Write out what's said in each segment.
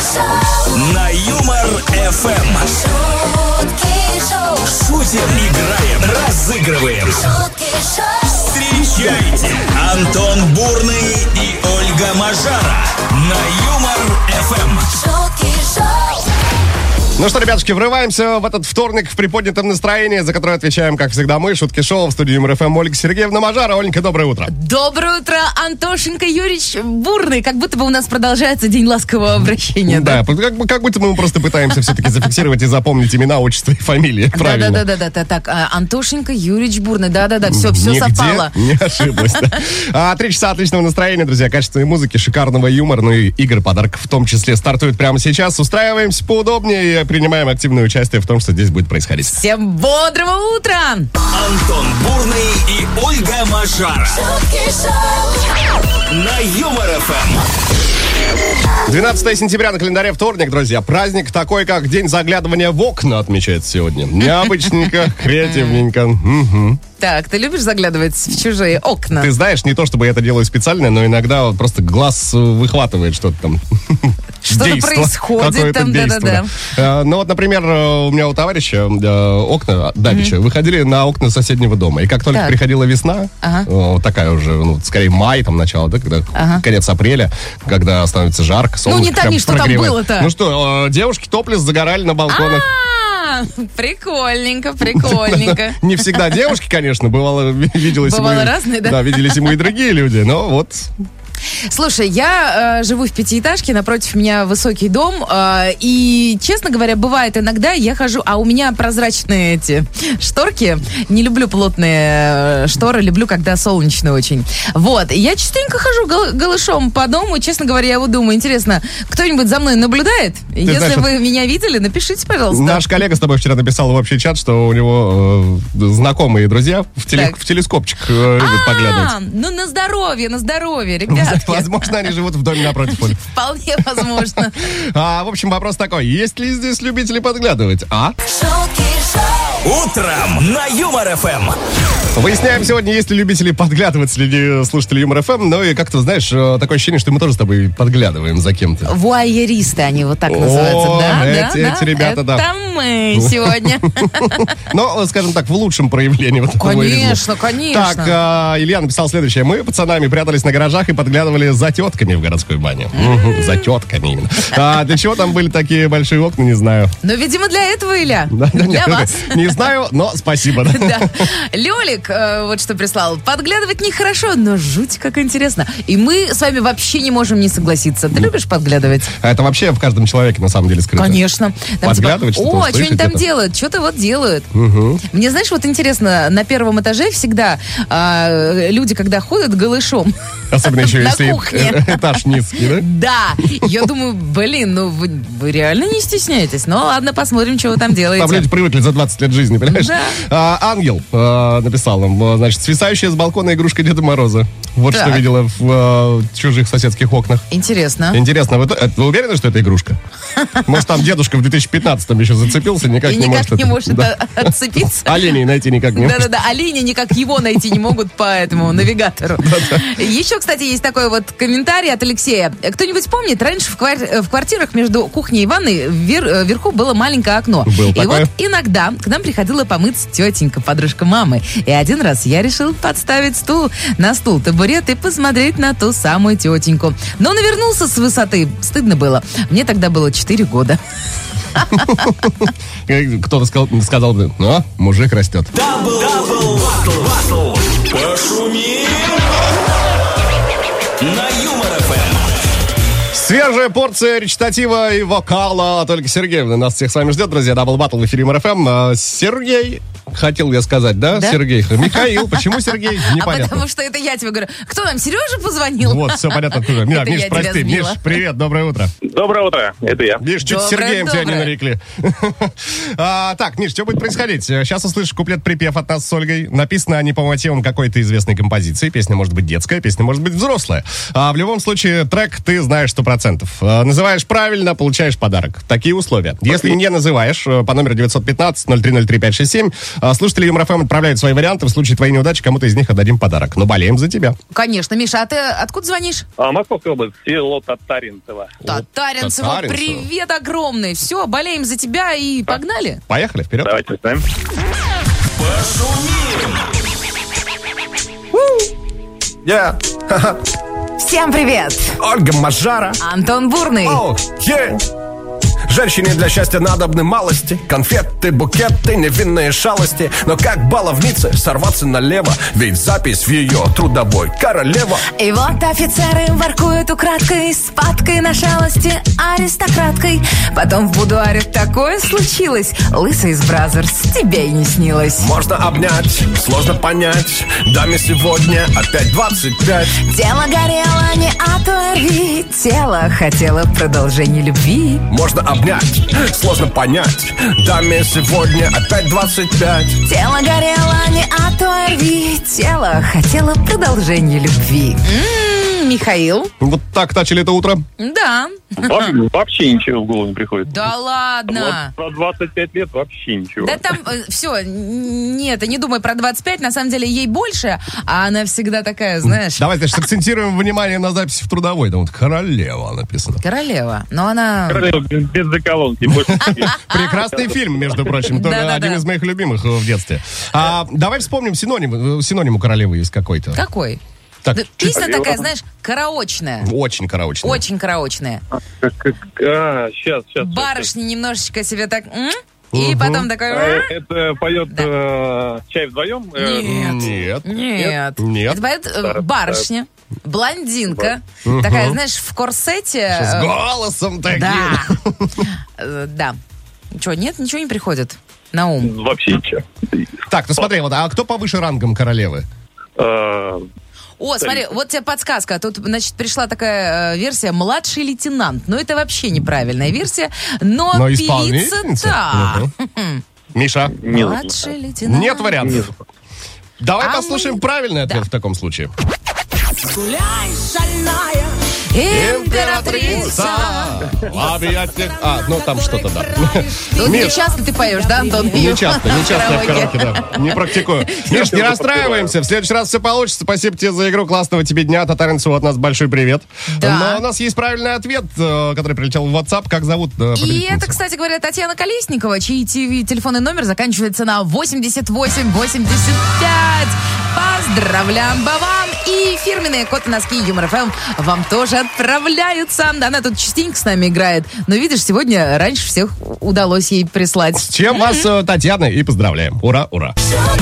На Юмор ФМ. Шутим, играем, разыгрываем. Встречайте, Антон Бурный и Ольга Мажара на Юмор ФМ. Ну что, ребятушки, врываемся в этот вторник в приподнятом настроении, за которое отвечаем, как всегда, мы, Шутки Шоу, в студии Юмор ФМ, Ольга Сергеевна Мажара. Оленька, доброе утро. Доброе утро, Антошенька Юрьевич Бурный. Как будто бы у нас продолжается день ласкового обращения. Да, как будто мы просто пытаемся все-таки зафиксировать и запомнить имена, отчество и фамилии. Правильно. Да. Так, Антошенька Юрьевич Бурный. Да, все совпало. Не ошиблась. 3 часа отличного настроения, друзья, качественной музыки, шикарного юмора, ну и игр, подарков в том числе стартуют прямо сейчас. Устраиваемся поудобнее и принимаем активное участие в том, что здесь будет происходить. Всем бодрого утра! Антон Бурный и Ольга Мажара на Юмор ФМ. 12 сентября на календаре вторник, друзья. Праздник такой, как День заглядывания в окна отмечается сегодня. Необычненько, креативненько. Угу. Так, ты любишь заглядывать в чужие окна? Ты знаешь, не то чтобы я это делаю специально, но иногда вот просто глаз выхватывает что-то там. Что-то происходит там, да. Ну вот, например, у меня у товарища окна давеча выходили на окна соседнего дома. И как только приходила весна, вот такая уже, ну, скорее май, там, начало, да, когда конец апреля, когда становится жарко, солнышко. Ну не томи, что там было-то? Ну что, девушки топлес загорали на балконах. Прикольненько. Не всегда девушки, конечно, бывало разные, да? Да, виделись ему и другие люди, но вот... Слушай, я живу в пятиэтажке, напротив меня высокий дом, и, честно говоря, бывает иногда, я хожу, а у меня прозрачные эти шторки, не люблю плотные шторы, люблю, когда солнечно очень. Вот, и я частенько хожу голышом по дому, честно говоря, я вот думаю, интересно, кто-нибудь за мной наблюдает? Если вы меня видели, напишите, пожалуйста. Наш коллега с тобой вчера написал в общий чат, что у него знакомые друзья в телескопчик любят поглядывать. Ну на здоровье, ребятки. Возможно, они живут в доме напротив, Оль. Вполне возможно. В общем, вопрос такой. Есть ли здесь любители подглядывать, Утром на Юмор ФМ. Выясняем сегодня, есть ли любители подглядывать среди слушателей Юмор ФМ. Ну и как-то, знаешь, такое ощущение, что мы тоже с тобой подглядывааем за кем-то. Вуайеристы, они вот так называются, да? Эти ребята, да. Это мы сегодня. Ну, скажем так, в лучшем проявлении. Конечно. Так, Илья написал следующее. Мы пацанами прятались на гаражах и подглядывали за тетками в городской бане. За тетками именно. Для чего там были такие большие окна, не знаю. Ну, видимо, для этого, Илья. Для вас. Не знаю, но спасибо. Лёлик вот что прислал. Подглядывать нехорошо, но жуть как интересно. И мы с вами вообще не можем не согласиться. Ты любишь подглядывать? Это вообще в каждом человеке на самом деле скрыто. Конечно. Подглядывать, что-то что они там делают? Что-то вот делают. Мне, знаешь, вот интересно, на первом этаже всегда люди, когда ходят голышом. Особенно еще если этаж низкий, да? Да. Я думаю, ну вы реально не стесняетесь? Ну ладно, посмотрим, что вы там делаете. Там люди привыкли за 20 лет жизни, понимаешь? Да. Ангел написал нам, значит, свисающая с балкона игрушка Деда Мороза. Вот так. Что видела в чужих соседских окнах. Интересно. Вы уверены, что это игрушка? Может, там дедушка в 2015-м еще зацепился, никак не может отцепиться. Оленей найти никак не может. Да, олени никак его найти не могут по этому навигатору. Еще, кстати, есть такой вот комментарий от Алексея. Кто-нибудь помнит, раньше в квартирах между кухней и ванной вверху было маленькое окно. И вот иногда к нам приходила помыться тетенька, подружка мамы. И один раз я решил подставить на стул табурет и посмотреть на ту самую тетеньку. Но навернулся с высоты. Стыдно было. Мне тогда было 4 года. Кто-то сказал бы, мужик растет. Дабл батл. Пошумим на Юмор ФМ. Свежая порция речитатива и вокала от Ольги Сергеевны нас всех с вами ждет, друзья. Дабл баттл в эфире Юмор ФМ. Сергей, хотел я сказать, да? Сергей. Михаил, почему Сергей? Непонятно. Потому что это я тебе говорю. Кто нам, Сережа позвонил? Вот, все понятно. Миш, прости. Миш, привет, доброе утро. Доброе утро, это я. Миш, чуть Сергеем тебя не нарекли. Так, Миш, что будет происходить? Сейчас услышишь куплет-припев от нас с Ольгой. Написано они по мотивам какой-то известной композиции. Песня может быть детская, песня может быть взрослая. В любом случае, трек ты знаешь 100%. Называешь правильно, получаешь подарок. Такие условия. Если не называешь, по номеру 915-0303-567, слушатели Юмор ФМ отправляют свои варианты. В случае твоей неудачи кому-то из них отдадим подарок. Но болеем за тебя. Конечно. Миша, а ты откуда звонишь? Московская область, село Татаринцево. Татаринцева, привет огромный. Все, болеем за тебя и погнали. Поехали, вперед. Давайте представим. Всем привет. Ольга Мажара. Антон Бурный. Женщине для счастья надобны малости, конфеты, букеты, невинные шалости. Но как баловнице сорваться налево, ведь запись в ее трудовой королева. И вот офицеры воркуют украдкой, с падкой на шалости аристократкой. Потом в будуаре такое случилось, лысый из Бразерс тебе и не снилось. Можно обнять, сложно понять, даме сегодня опять 25. Тело горело не от ОРВИ, тело хотело продолжения любви. Можно обнять, сложно понять, даме сегодня опять 25. Тело горело не от ОРВИ, тело хотело продолжения любви. Михаил? Вот так начали это утро. Да. Вообще ничего в голову не приходит. Да ладно. Вот про 25 лет вообще ничего. Да там все, нет, не думай про 25, на самом деле ей больше, а она всегда такая, знаешь... Давай, значит, акцентируем внимание на записи в трудовой. Там вот королева написано. Королева, но она... Королева без заколонки. Прекрасный фильм, между прочим. Тоже один из моих любимых в детстве. Давай вспомним синоним. Синоним у королевы есть какой-то. Какой? Так, Песня такая, знаешь, караочная. Очень караочная. Очень караочная. Сейчас. Барышни немножечко себе так... И потом такой... Это поет «Чай вдвоем»? Нет. Это поет барышня, блондинка. Такая, знаешь, в корсете. С голосом таким. Да. Что, нет, ничего не приходит на ум? Вообще ничего. Так, ну смотри, вот, а кто повыше рангом королевы? О, смотри, вот тебе подсказка. Тут, значит, пришла такая версия «младший лейтенант». Но это вообще неправильная версия. Но певица-то... Миша? Младший лейтенант. Нет вариантов. Давай послушаем правильный ответ в таком случае. Гуляй, шальная императрица. Ну там что-то, да. Ну, не часто ты поешь, да, Антон? Не часто я в караоке, да. Не практикую. Миш, не расстраиваемся. В следующий раз все получится. Спасибо тебе за игру. Классного тебе дня. Татаринцеву от нас большой привет. Да. Но у нас есть правильный ответ, который прилетел в WhatsApp. Как зовут И это, кстати говоря, Татьяна Колесникова, чей телефонный номер заканчивается на 8885. Поздравляем вам! И фирменные коты-носки Юмор ФМ вам тоже отправляются. Она тут частенько с нами играет. Но видишь, сегодня раньше всех удалось ей прислать. С чем вас, Татьяна, и поздравляем. Ура, ура.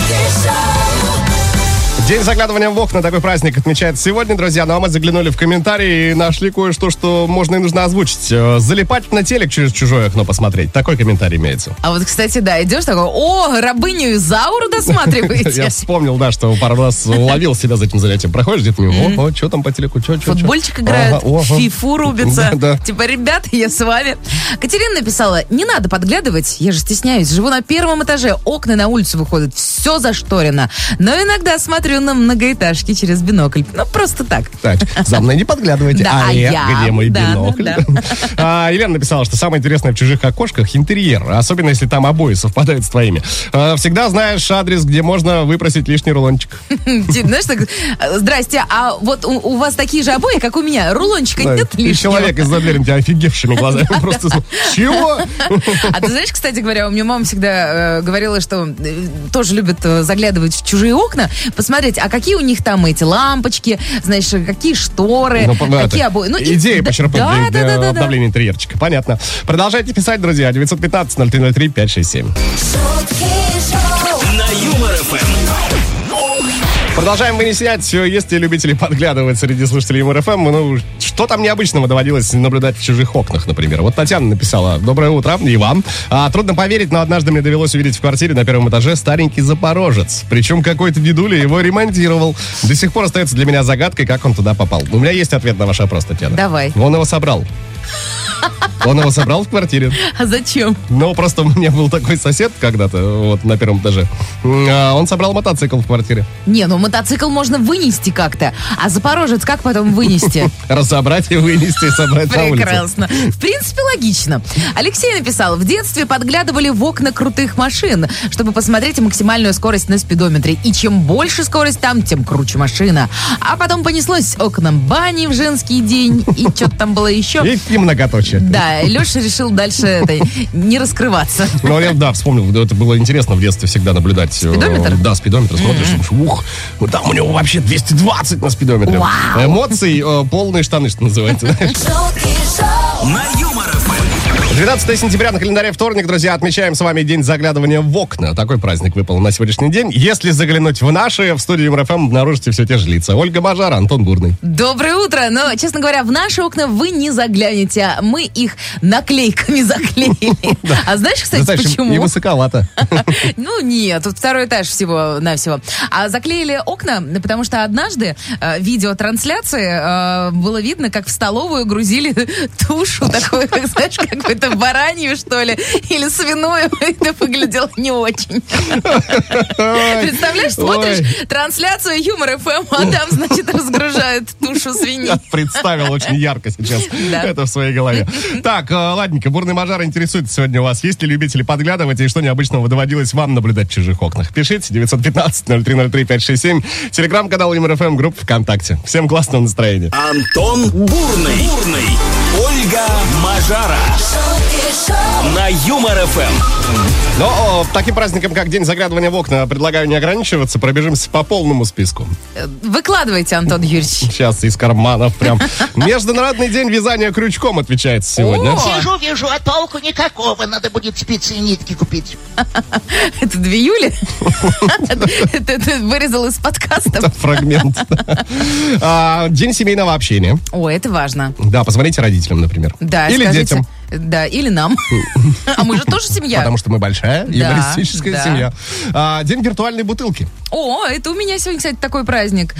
День заглядывания в окна, такой праздник отмечается сегодня, друзья. Ну а мы заглянули в комментарии и нашли кое-что, что можно и нужно озвучить. Залипать на телек через чужое окно посмотреть. Такой комментарий имеется. А вот, кстати, да, идешь такой: о, рабыню Изауру досматриваете? Я вспомнил, да, что пару раз уловил себя за этим занятием. Проходишь где-то мимо, что там по телеку, что? Футбольчик играют, фифу рубятся. Типа, ребята, я с вами. Катерина написала: не надо подглядывать, я же стесняюсь. Живу на первом этаже, окна на улицу выходят, все зашторено. Но иногда смотрю на многоэтажки через бинокль. Ну, просто так. Так, за мной не подглядывайте. Да, где мой бинокль? Да. Елена написала, что самое интересное в чужих окошках — интерьер. Особенно, если там обои совпадают с твоими. Всегда знаешь адрес, где можно выпросить лишний рулончик. Знаешь, так: здрасте, а вот у вас такие же обои, как у меня? Рулончика нет лишнего? И человек из-за двери на тебя офигевшими глазами просто... Чего? А ты знаешь, кстати говоря, у меня мама всегда говорила, что тоже любит заглядывать в чужие окна, посмотреть, а какие у них там эти лампочки, знаешь, какие шторы, какие обои. Идеи почерпнуть для обновления интерьерчика. Понятно. Продолжайте писать, друзья. 915-0303-567. На Юмор ФМ. Продолжаем выяснять, есть ли любители подглядывать среди слушателей Юмор ФМ. Ну, что там необычного доводилось наблюдать в чужих окнах, например. Вот Татьяна написала: доброе утро, и вам. Трудно поверить, но однажды мне довелось увидеть в квартире на первом этаже старенький запорожец. Причем какой-то дедуля его ремонтировал. До сих пор остается для меня загадкой, как он туда попал. У меня есть ответ на ваш вопрос, Татьяна. Давай. Он его собрал. Он его собрал в квартире. А зачем? Ну, просто у меня был такой сосед когда-то, вот на первом этаже. Он собрал мотоцикл в квартире. Не, ну мотоцикл можно вынести как-то. А запорожец как потом вынести? Разобрать и вынести, и собрать на улице. Прекрасно. В принципе, логично. Алексей написал: в детстве подглядывали в окна крутых машин, чтобы посмотреть максимальную скорость на спидометре. И чем больше скорость там, тем круче машина. А потом понеслось окном бани в женский день. И что-то там было еще. И многоточие. зрелище. Да, Леша решил дальше не раскрываться. Ну, я, да, вспомнил, это было интересно в детстве всегда наблюдать. Спидометр? Да, спидометр смотришь, ух, там у него вообще 220 на спидометре. Вау. Эмоций, полные штаны, что называется. На Юмор ФМ. 12 сентября на календаре вторник, друзья, отмечаем с вами день заглядывания в окна. Такой праздник выпал на сегодняшний день. Если заглянуть в наши, в студию Юмор ФМ обнаружите все те же лица. Ольга Мажара, Антон Бурный. Доброе утро. Но, честно говоря, в наши окна вы не заглянете, а мы их наклейками заклеили. А знаешь, кстати, почему? И высоковато. Ну, нет, тут второй этаж всего-навсего. А заклеили окна, потому что однажды видеотрансляции было видно, как в столовую грузили тушу такую, знаешь, какую-то баранью, что ли, или свиную. Это выглядело не очень. Представляешь, смотришь трансляцию Юмор ФМ, а там, значит, разгружают тушу свиньи. Я представил очень ярко сейчас это в своей голове. Так, ладненько, Бурный Мажар интересуется сегодня у вас. Есть ли любители подглядывать и что необычного доводилось вам наблюдать в чужих окнах? Пишите 915-0303-567, телеграм-канал Юмор ФМ, группа ВКонтакте. Всем классного настроения. Антон Бурный. Ольга Мажара. На Юмор ФМ. Но таким праздником, как День заглядывания в окна, предлагаю не ограничиваться. Пробежимся по полному списку. Выкладывайте, Антон Юрьевич. Сейчас из карманов прям. Международный день вязания крючком отмечается сегодня. Сижу, вижу, а толку никакого. Надо будет спицы и нитки купить. Это 2 июля? Это вырезал из подкаста. Это фрагмент. День семейного общения. О, это важно. Да, позвоните родителям, например. Да, или скажите, детям. Да, или нам. А мы же тоже семья. Потому что мы большая юмористическая да. семья. День виртуальной бутылки. О, это у меня сегодня, кстати, такой праздник.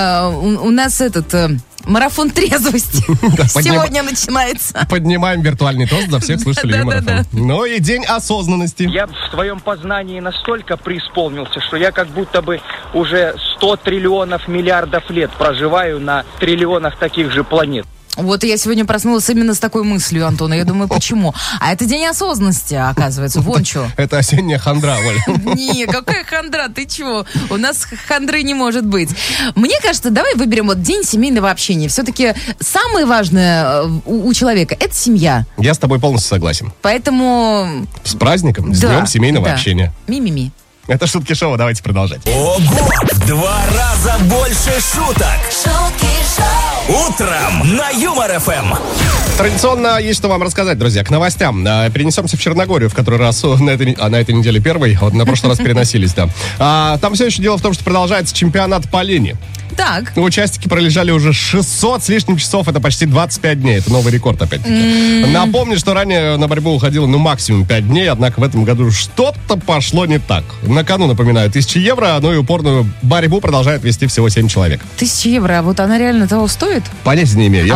У нас марафон трезвости сегодня начинается. Поднимаем виртуальный тост за всех слушателей Юмор ФМ. Ну и день осознанности. Я в своем познании настолько преисполнился, что я как будто бы уже 100 триллионов миллиардов лет проживаю на триллионах таких же планет. Вот я сегодня проснулась именно с такой мыслью, Антон. Я думаю, почему? А это день осознанности, оказывается. Вон что. Это осенняя хандра, Оля. Не, какая хандра? Ты чего? У нас хандры не может быть. Мне кажется, давай выберем вот день семейного общения. Все-таки самое важное у человека – это семья. Я с тобой полностью согласен. Поэтому… С праздником, с днем семейного общения. Ми-ми-ми. Это шутки шоу, давайте продолжать. Ого! В 2 раза больше шуток. Шутки шоу. Утром на Юмор ФМ. Традиционно есть что вам рассказать, друзья. К новостям. Перенесемся в Черногорию в который раз на этой неделе первый. Вот на прошлый раз переносились, да. Там все еще дело в том, что продолжается чемпионат по лени. Так. Участники пролежали уже 600 с лишним часов. Это почти 25 дней. Это новый рекорд, опять-таки. Напомню, что ранее на борьбу уходило максимум 5 дней. Однако в этом году что-то пошло не так. На кону, напоминаю, 1000 евро. Ну и упорную борьбу продолжает вести всего 7 человек. 1000 евро. А вот она реально того стоит? Понятия не имею.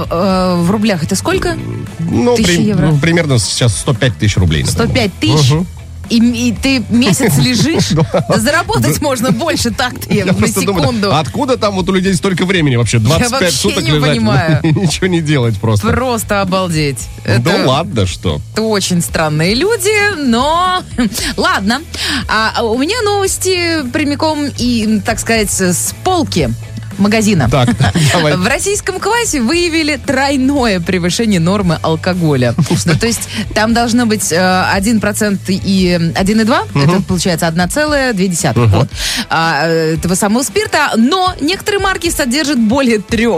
В рублях это сколько? Ну, 1000 евро. Примерно сейчас 105 тысяч рублей. 105 тысяч? И ты месяц лежишь? Заработать можно больше так-то на секунду. Думаю, откуда там вот у людей столько времени вообще? 25 суток лежать? Я вообще не понимаю. Ничего не делать просто. Просто обалдеть. Да ладно, что? Это очень странные люди, но... Ладно. А у меня новости прямиком и, так сказать, с полки магазина. Так, давай. В российском квасе выявили тройное превышение нормы алкоголя. Ну, то есть там должно быть 1% и 1,2%. Это получается 1,2%. Вот. Этого самого спирта. Но некоторые марки содержат более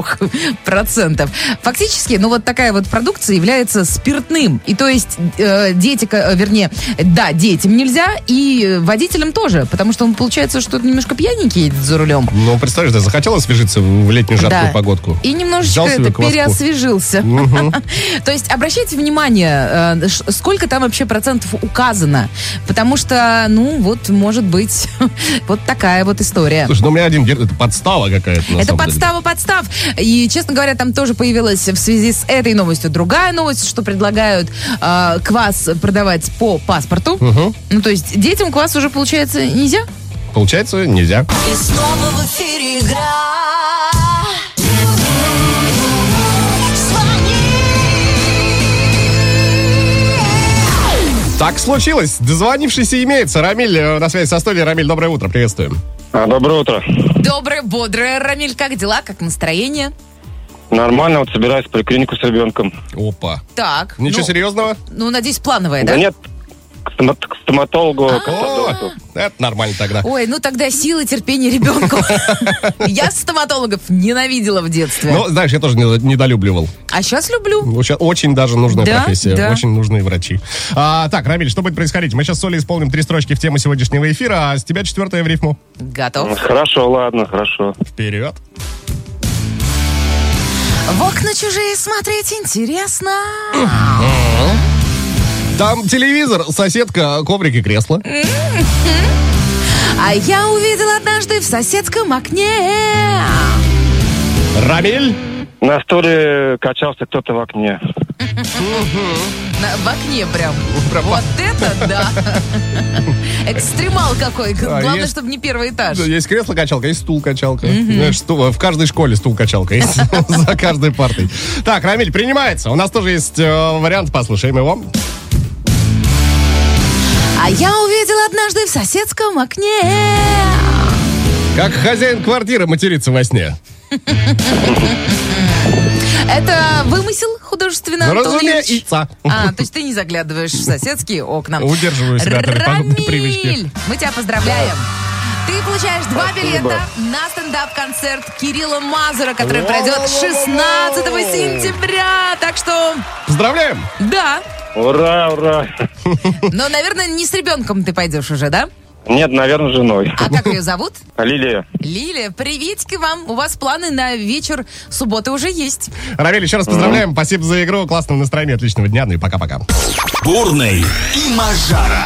3%. Фактически, ну вот такая вот продукция является спиртным. И то есть детям нельзя, и водителям тоже. Потому что он получается, что немножко пьяненький едет за рулем. Ну, представляешь, да, захотелось освежиться в летнюю жаркую погодку. И немножечко переосвежился. То есть обращайте внимание, сколько там вообще процентов указано. Потому что, вот, может быть, вот такая вот история. Слушай, у меня это подстава какая-то. Это подстав. И, честно говоря, там тоже появилась в связи с этой новостью другая новость, что предлагают квас продавать по паспорту. Ну, то есть детям квас уже, получается, нельзя? Получается, нельзя. И снова в эфире игра. Так случилось. Дозвонившийся имеется. Рамиль на связи со студией. Рамиль, доброе утро. Приветствуем. Доброе утро. Доброе, бодрое. Рамиль, как дела? Как настроение? Нормально, вот собираюсь в поликлинику с ребенком. Опа. Так. Ничего серьезного? Ну, надеюсь, плановая, да? Да нет, к стоматологу, к ортодонту. Это нормально тогда. Ой, ну тогда силы терпения ребенку. Я стоматологов ненавидела в детстве. Ну, знаешь, я тоже недолюбливал. А сейчас люблю. Сейчас очень даже нужная Да, профессия. да. Очень нужные врачи. Так, Рамиль, что будет происходить? Мы сейчас с Олей исполним 3 строчки в тему сегодняшнего эфира, а с тебя 4-я в рифму. Готов. Хорошо, ладно, хорошо. Вперед. В окна чужие смотреть интересно. Там телевизор, соседка, коврик и кресло. А я увидела однажды в соседском окне. Рамиль. На стуле качался кто-то в окне. В окне прям. Вот это да. Экстремал какой. Главное, чтобы не первый этаж. Есть кресло-качалка, есть стул-качалка. Знаешь, в каждой школе стул-качалка есть. За каждой партой. Так, Рамиль, принимается. У нас тоже есть вариант, послушаем его. А я увидела однажды в соседском окне. Как хозяин квартиры матерится во сне. Это вымысел художественно, Антон Юрьевич? Разумеется. То есть ты не заглядываешь в соседские окна. Удерживаю себя от этой подобной привычки. Рамиль, мы тебя поздравляем. Ты получаешь 2 билета на стендап-концерт Кирилла Мазура, который пройдет 16 сентября. Так что... Поздравляем! Да. Ура, ура. Но, наверное, не с ребенком ты пойдешь уже, да? Нет, наверное, с женой. А как ее зовут? Лилия. Лилия, приветики вам. У вас планы на вечер субботы уже есть. Рамиль, еще раз поздравляем. Спасибо за игру. Классного настроения, отличного дня. Ну и пока-пока. Бурный и Мажара.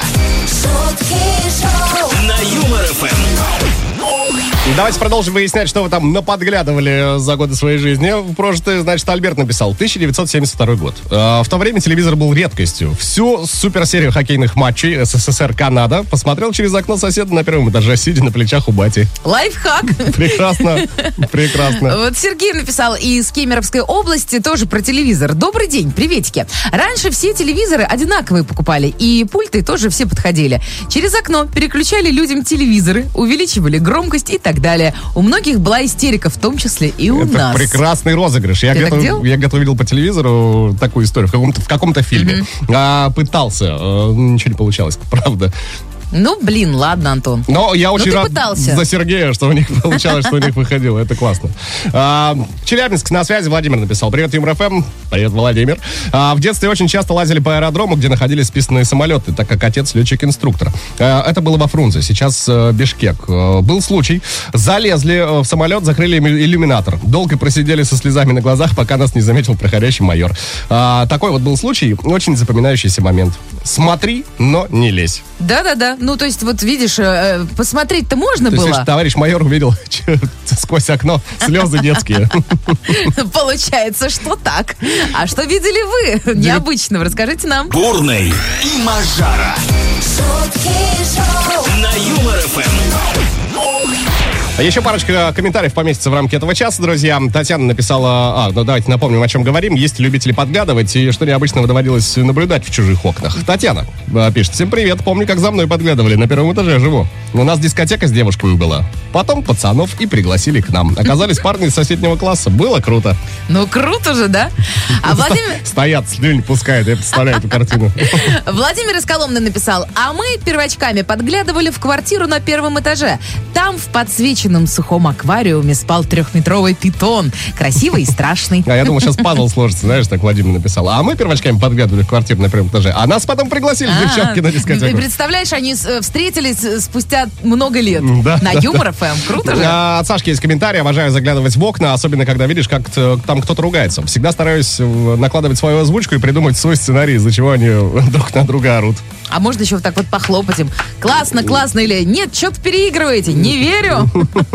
На Юмор ФМ. Давайте продолжим выяснять, что вы там наподглядывали за годы своей жизни. В прошлое, значит, Альберт написал 1972 год. В то время телевизор был редкостью. Всю суперсерию хоккейных матчей СССР-Канада посмотрел через окно соседа на первом этаже, сидя на плечах у бати. Лайфхак. Прекрасно, прекрасно. Вот Сергей написал из Кемеровской области тоже про телевизор. Добрый день, приветики. Раньше все телевизоры одинаковые покупали, и пульты тоже все подходили. Через окно переключали людям телевизоры, увеличивали громкость и так далее. У многих была истерика, в том числе и у Это нас. прекрасный розыгрыш. Я где-то увидел по телевизору такую историю в каком-то фильме. Пытался, ничего не получалось, правда. Ну, блин, ладно, Антон. Но я очень рад пытался. за Сергея, что у них получалось, что у них выходило. Это классно. Челябинск на связи. Владимир написал. Привет, Юмор ФМ. Привет, Владимир. В детстве очень часто лазили по аэродрому, где находились списанные самолеты, так как отец летчик-инструктор. Это было во Фрунзе, сейчас Бишкек. Был случай. Залезли в самолет, закрыли иллюминатор. Долго просидели со слезами на глазах, пока нас не заметил проходящий майор. Такой вот был случай. Очень запоминающийся момент. Смотри, но не лезь. Да-да-да. Ну, то есть, вот видишь, посмотреть-то можно было. Если товарищ майор увидел сквозь окно слезы детские. Получается, что так. А что видели вы необычного? Расскажите нам. Бурный и Мажара. На Юмор ФМ. Еще парочка комментариев поместится в рамки этого часа, друзья. Татьяна написала, давайте напомним, о чем говорим. Есть любители подглядывать, и что необычного доводилось наблюдать в чужих окнах. Татьяна пишет: всем привет, помню, как за мной подглядывали, на первом этаже я живу. У нас дискотека с девушками была. Потом пацанов и пригласили к нам. Оказались парни из соседнего класса. Было круто. Ну, круто же, да? А Владимир... Стоят, слюнь пускают, я представляю эту картину. Владимир из Коломны написал: а мы первачками подглядывали в квартиру на первом этаже. Там в подсвеченном сухом аквариуме спал 3-метровый питон. Красивый и страшный. Я думал, сейчас пазл сложится, знаешь, так Владимир написал. А мы первачками подглядывали в квартиру на первом этаже. А нас потом пригласили девчонки на дискотеку. Ты представляешь, они встретились спустя много лет. Да, на Юмор ФМ. Круто же. От Сашки есть комментарий. Обожаю заглядывать в окна, особенно когда видишь, как там кто-то ругается. Всегда стараюсь накладывать свою озвучку и придумать свой сценарий, из-за чего они друг на друга орут. А можно еще вот так вот похлопать им. Классно, классно, или нет, что-то переигрываете. Не верю.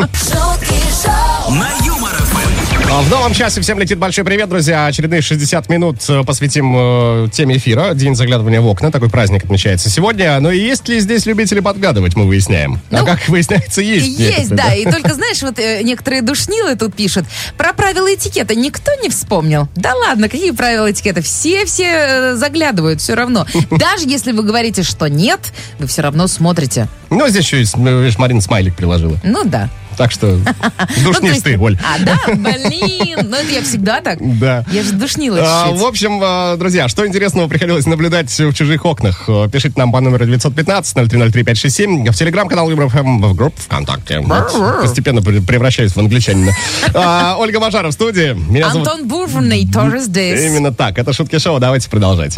На Юмор ФМ. В новом часе всем летит большой привет, друзья. Очередные 60 минут посвятим теме эфира. День заглядывания в окна. Такой праздник отмечается сегодня. Но есть ли здесь любители подглядывать, мы выясняем. А как выясняется, есть. Есть, да. И только, знаешь, вот некоторые душнилы тут пишут. Про правила этикета никто не вспомнил. Да ладно, какие правила этикета? Все заглядывают все равно. Даже если вы говорите, что нет, вы все равно смотрите. Ну, здесь еще есть, видишь, Марина смайлик приложила. Ну да. Так что душнишь ты, Оль. Да? Блин, ну это я всегда так. Да. Я же душнила чуть-чуть. В общем, друзья, что интересного приходилось наблюдать в чужих окнах? Пишите нам по номеру 915-0303-567, в телеграм-канал ЮморФМ, в группу ВКонтакте. Постепенно превращаюсь в англичанина. Ольга Мажара в студии. Меня зовут... Антон Бурный, Торрес Дейс. Именно так. Это Шутки Шоу. Давайте продолжать.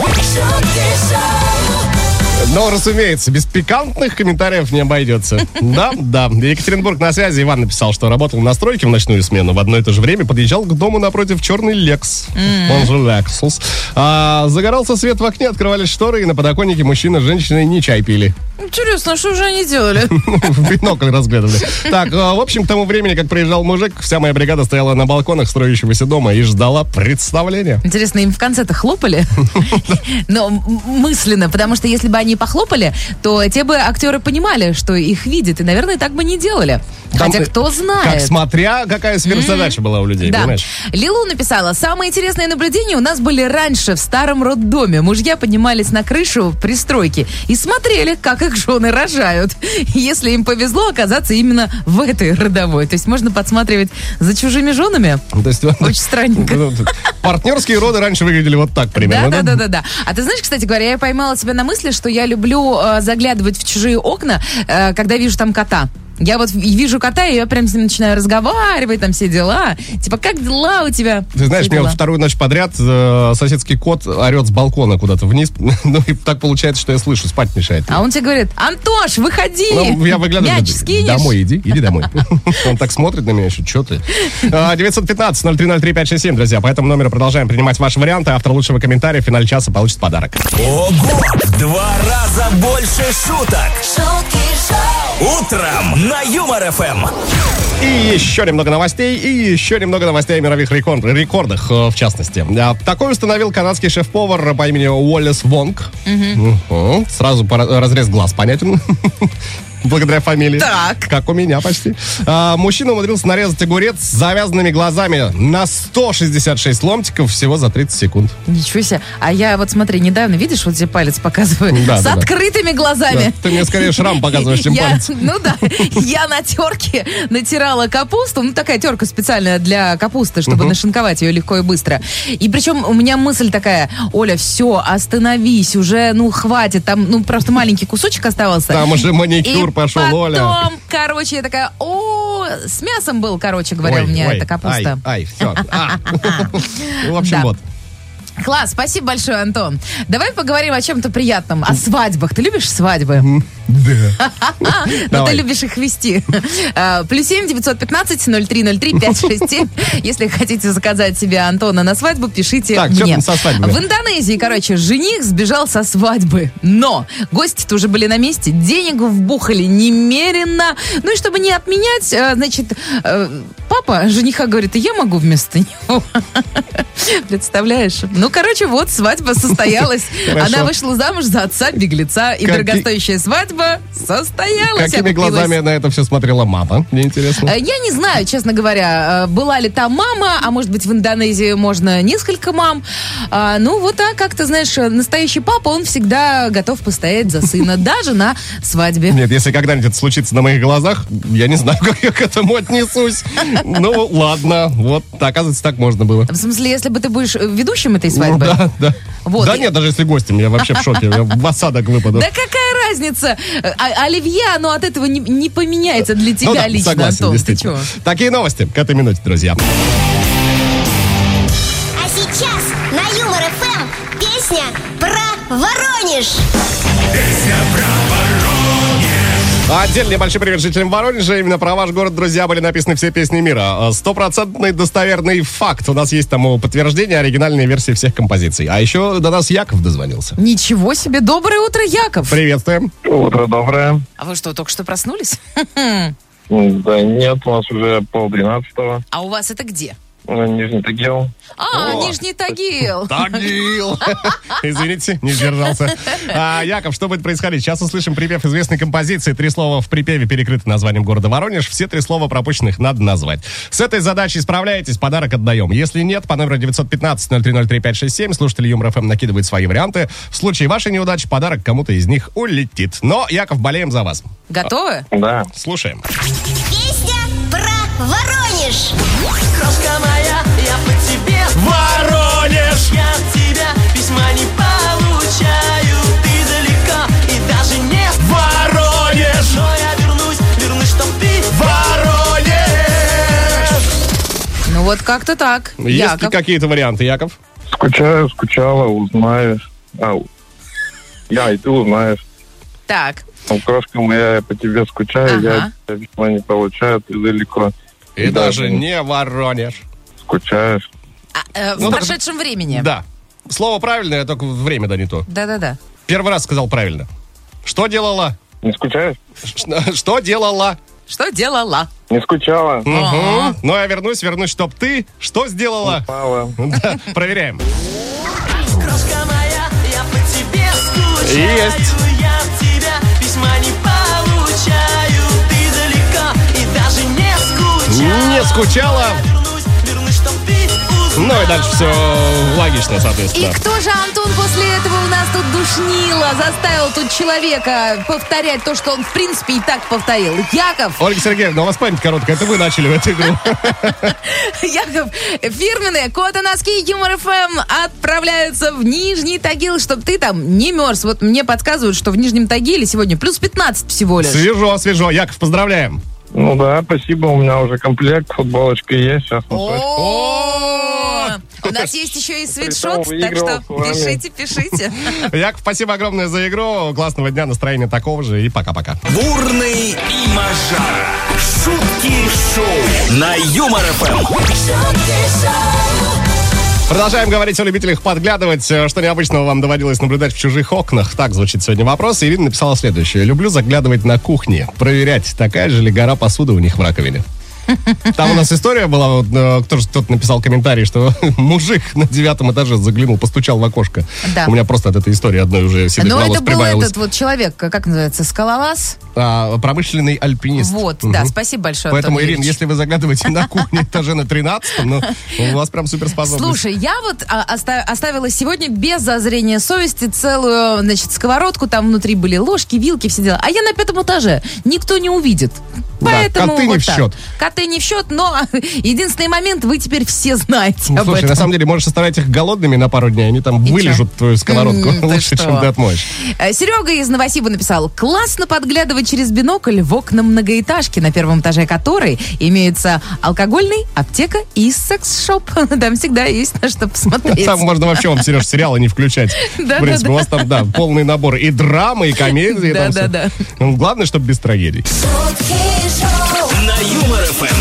Но, разумеется, без пикантных комментариев не обойдется. Да. Екатеринбург на связи. Иван написал, что работал на стройке в ночную смену. В одно и то же время подъезжал к дому напротив черный Лекс. Он же Лексус. Загорался свет в окне, открывались шторы, и на подоконнике мужчина с женщиной не чай пили. Интересно, что же они делали? В бинокль разглядывали. Так, в общем, к тому времени, как приезжал мужик, вся моя бригада стояла на балконах строящегося дома и ждала представления. Интересно, им в конце-то хлопали? Но мысленно, потому что если бы они похлопали, то те бы актеры понимали, что их видят, и, наверное, так бы не делали. Хотя кто знает. Как смотря, какая сверхзадача была у людей, понимаешь? Лилу написала: самые интересные наблюдения у нас были раньше в старом роддоме. Мужья поднимались на крышу пристройки и смотрели, как их жены рожают. Если им повезло оказаться именно в этой родовой. То есть можно подсматривать за чужими женами. Очень странненько. Партнерские роды раньше выглядели вот так примерно. Да. А ты знаешь, кстати говоря, я поймала себя на мысли, что я люблю заглядывать в чужие окна, когда вижу там кота. Я вот вижу кота, и я прям с ним начинаю разговаривать, там все дела. Типа, как дела у тебя? Ты знаешь, мне вот вторую ночь подряд соседский кот орет с балкона куда-то вниз. Ну, и так получается, что я слышу, спать мешает. А он тебе говорит: Антош, выходи! Ну, я выглядываю, мяч скинешь? Домой иди домой. Он так смотрит на меня еще, что ты? 915-0303-567, друзья. По этому номеру продолжаем принимать ваши варианты. Автор лучшего комментария в финале часа получит подарок. Ого! В 2 раза больше шуток! Шутки шоу. Утром на Юмор-ФМ. И еще немного новостей, о мировых рекордах, в частности. Такой установил канадский шеф-повар по имени Уоллес Вонг. Сразу разрез глаз понятен. Благодаря фамилии. Так. Как у меня почти. Мужчина умудрился нарезать огурец с завязанными глазами на 166 ломтиков всего за 30 секунд. Ничего себе. А я вот смотри, недавно, видишь, вот тебе палец показываю, с открытыми глазами. Да. Ты мне скорее шрам показываешь, чем палец. Ну да. Я на терке натирала капусту. Ну, такая терка специальная для капусты, чтобы нашинковать ее легко и быстро. И причем у меня мысль такая: Оля, все, остановись, уже, хватит. Там, просто маленький кусочек оставался. Там уже маникюр пошел, Оля. Потом, короче, я такая: с мясом был, короче говоря, у меня эта капуста. Все. В общем, вот. Класс, спасибо большое, Антон. Давай поговорим о чем-то приятном, о свадьбах. Ты любишь свадьбы? Да. Ну, ты любишь их вести. +7 915 0303 567. Если хотите заказать себе Антона на свадьбу, пишите мне. Так, что со свадьбой? В Индонезии, жених сбежал со свадьбы. Но гости-то уже были на месте, денег вбухали немерено. Ну и чтобы не отменять, значит, папа жениха говорит: и я могу вместо него. Представляешь? Вот свадьба состоялась. Она вышла замуж за отца-беглеца, и дорогостоящая свадьба состоялась. Какими глазами на это все смотрела мама? Мне интересно. Я не знаю, честно говоря, была ли там мама, а может быть в Индонезии можно несколько мам. Так, как ты знаешь, настоящий папа, он всегда готов постоять за сына, даже на свадьбе. Нет, если когда-нибудь это случится на моих глазах, я не знаю, как я к этому отнесусь. Ну, ладно, вот, оказывается, так можно было. В смысле, если бы ты будешь ведущим этой свадьбы? Да. Вот. Да нет, даже если гостем, я вообще в шоке, я в осадок выпаду. Да какая разница? Оливье, оно от этого не поменяется для тебя лично, согласен, Антон. ты чего? Такие новости к этой минуте, друзья. А сейчас на Юмор-ФМ песня про Воронеж. Песня про Воронеж. Отдельный небольшой привет жителям Воронежа. Именно про ваш город, друзья, были написаны все песни мира. 100% достоверный факт. У нас есть тому подтверждение, оригинальные версии всех композиций. А еще до нас Яков дозвонился. Ничего себе! Доброе утро, Яков! Приветствуем. Утро доброе. А вы что, только что проснулись? Да нет, у нас уже 11:30. А у вас это где? Нижний Тагил. Нижний Тагил. Тагил. Извините, не сдержался. Яков, что будет происходить? Сейчас услышим припев известной композиции. 3 слова в припеве перекрыты названием города Воронеж. Все 3 слова пропущенных надо назвать. С этой задачей справляетесь, подарок отдаем. Если нет, по номеру 915-0303-567 слушатели Юмор-ФМ накидывают свои варианты. В случае вашей неудачи подарок кому-то из них улетит. Но, Яков, болеем за вас. Готовы? Да. Слушаем. Песня Воронеж. Крошка моя, я по тебе Воронеж! Я от тебя письма не получаю. Ты далеко и даже не Воронеж! Но я вернусь, чтоб ты Воронеж! Ну вот как-то так. Есть ли Яков. какие-то варианты, Яков? Скучаю, скучала, узнаешь. Я и ты узнаешь. Так. Ну, крошка моя, я по тебе скучаю, Ага. я от тебя письма не получаю, ты далеко. И даже не Воронеж. Скучаешь. В Ну, прошедшем времени. Да. Слово правильное, только время да не то. Да-да-да. Первый раз сказал правильно. Что делала? Не скучаешь? Что делала? Что делала? Не скучала. Угу. Ну, я вернусь, чтоб ты что сделала? Мало. Да, проверяем. Крошка моя, я по тебе скучаю. Есть. Я от тебя письма не получаю. Ты далеко и даже не скучаю. Не скучала. Я вернусь, чтоб ты узнал. Ну и дальше все логично, И соответственно. кто же, Антон, после этого у нас тут душнило, заставил тут человека повторять то, что он, в принципе, и так повторил? Яков, Ольга Сергеевна, у вас память короткая, это вы начали в эту игру. Яков, фирменные коты носки Юмор ФМ отправляются в Нижний Тагил, чтобы ты там не мерз. Вот мне подсказывают, что в Нижнем Тагиле сегодня плюс 15 всего лишь. Свежо. Яков, поздравляем. Ну да, спасибо, у меня уже комплект, футболочка есть, сейчас О, у нас есть еще и свитшот, так что пишите. Яков, спасибо огромное за игру. Классного дня, настроения такого же и пока-пока. Бурный и Мажара. Шутки шоу на Юмор ФМ. Продолжаем говорить о любителях подглядывать. Что необычного вам доводилось наблюдать в чужих окнах? Так звучит сегодня вопрос. Ирина написала следующее. Люблю заглядывать на кухни, проверять, такая же ли гора посуды у них в раковине. Там у нас история была, вот, кто-то написал комментарий, что мужик на 9 этаже заглянул, постучал в окошко. Да. У меня просто от этой истории одной уже седых Но волос это был прибавилось. этот вот человек, как называется, скалолаз? Промышленный альпинист. Вот, да, спасибо большое, Поэтому, Антон Ирин, Юрьевич. если вы заглядываете на кухне этаже на 13-м, ну, у вас прям суперспособность. Слушай, я вот оставила сегодня без зазрения совести целую, значит, сковородку, там внутри были ложки, вилки, все дела. А я на 5 этаже, никто не увидит. Да, Поэтому коты не вот в так. счет. Коты не в счет, но единственный момент, вы теперь все знаете об Слушай, этом. на самом деле, можешь оставить их голодными на пару дней, они там И вылежут твою сковородку ты лучше, что? чем ты отмоешь. Серега из Новосиба написал: классно подглядывать через бинокль в окна многоэтажки, на первом этаже которой имеются алкогольный, аптека и секс-шоп. Там всегда есть на что посмотреть. Там можно вообще вам, Сереж, сериалы не включать. Да, В принципе, у вас там, да, полный набор и драмы, и комедии. Да, там да, всё. да. Ну, главное, чтобы без трагедий. На Юмор ФМ.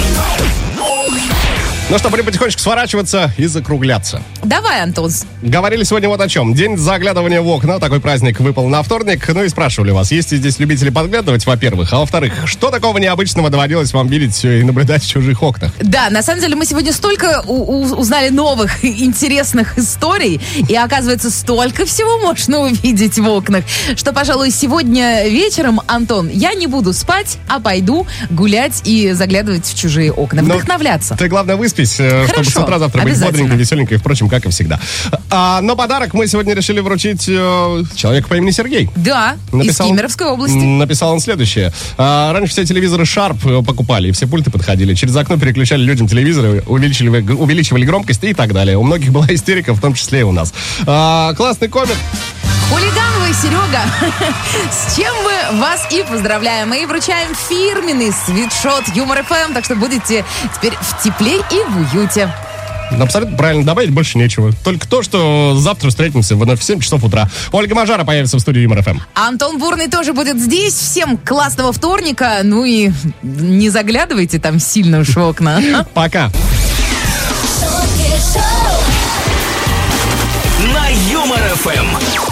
Ну что, будем потихонечку сворачиваться и закругляться. Давай, Антон. Говорили сегодня вот о чем. День заглядывания в окна. Такой праздник выпал на вторник. Ну и спрашивали вас, есть ли здесь любители подглядывать, во-первых. А во-вторых, что такого необычного доводилось вам видеть и наблюдать в чужих окнах? Да, на самом деле мы сегодня столько узнали новых интересных историй, и оказывается, столько всего можно увидеть в окнах, что, пожалуй, сегодня вечером, Антон, я не буду спать, а пойду гулять и заглядывать в чужие окна, Ну, вдохновляться. Ты, главное, выспись, чтобы Хорошо, с утра завтра быть обязательно. бодренькой, веселенькой, впрочем, как и всегда. Но подарок мы сегодня решили вручить человеку по имени Сергей. Да, из Кемеровской области. Написал он следующее. Раньше все телевизоры Sharp покупали, и все пульты подходили. Через окно переключали людям телевизоры, увеличивали громкость и так далее. У многих была истерика, в том числе и у нас. Классный комик. Хулиган вы, Серега. С чем мы вас и поздравляем. Мы вручаем фирменный свитшот Юмор ФМ, так что будете теперь в тепле и в уюте. Абсолютно правильно, добавить больше нечего. Только то, что завтра встретимся в 7 часов утра. Ольга Мажара появится в студии Юмор ФМ. Антон Бурный тоже будет здесь. Всем классного вторника. Ну и не заглядывайте там сильно уж в окна. Пока. На Юмор ФМ.